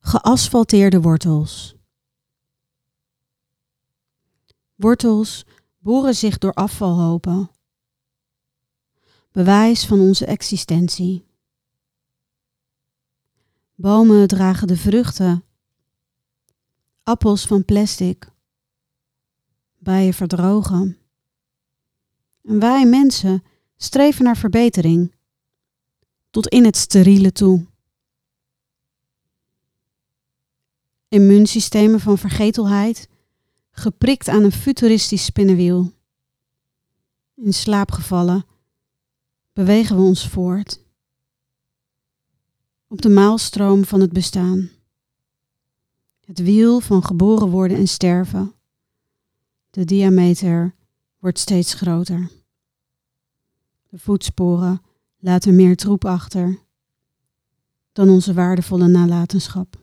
Geasfalteerde wortels. Wortels boren zich door afvalhopen. Bewijs van onze existentie. Bomen dragen de vruchten. Appels van plastic. Bijen verdrogen. En wij mensen streven naar verbetering. Tot in het steriele toe. Immuunsystemen van vergetelheid, geprikt aan een futuristisch spinnenwiel. In slaap gevallen bewegen we ons voort. Op de maalstroom van het bestaan. Het wiel van geboren worden en sterven. De diameter wordt steeds groter. De voetsporen laten meer troep achter dan onze waardevolle nalatenschap.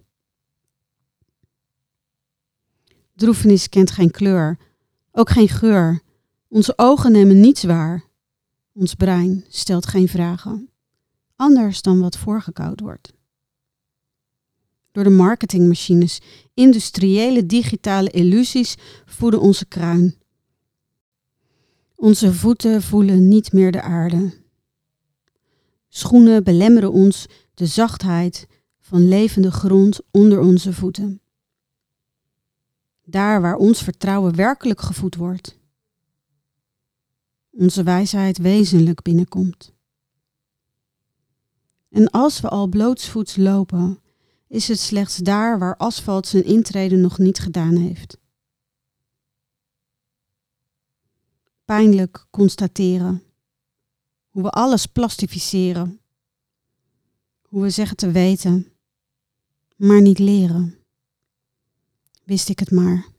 Droefenis kent geen kleur, ook geen geur. Onze ogen nemen niets waar. Ons brein stelt geen vragen, anders dan wat voorgekoud wordt. Door de marketingmachines, industriële digitale illusies voeden onze kruin. Onze voeten voelen niet meer de aarde. Schoenen belemmeren ons de zachtheid van levende grond onder onze voeten. Daar waar ons vertrouwen werkelijk gevoed wordt. Onze wijsheid wezenlijk binnenkomt. En als we al blootsvoets lopen, is het slechts daar waar asfalt zijn intrede nog niet gedaan heeft. Pijnlijk constateren hoe we alles plastificeren. Hoe we zeggen te weten, maar niet leren. Wist ik het maar.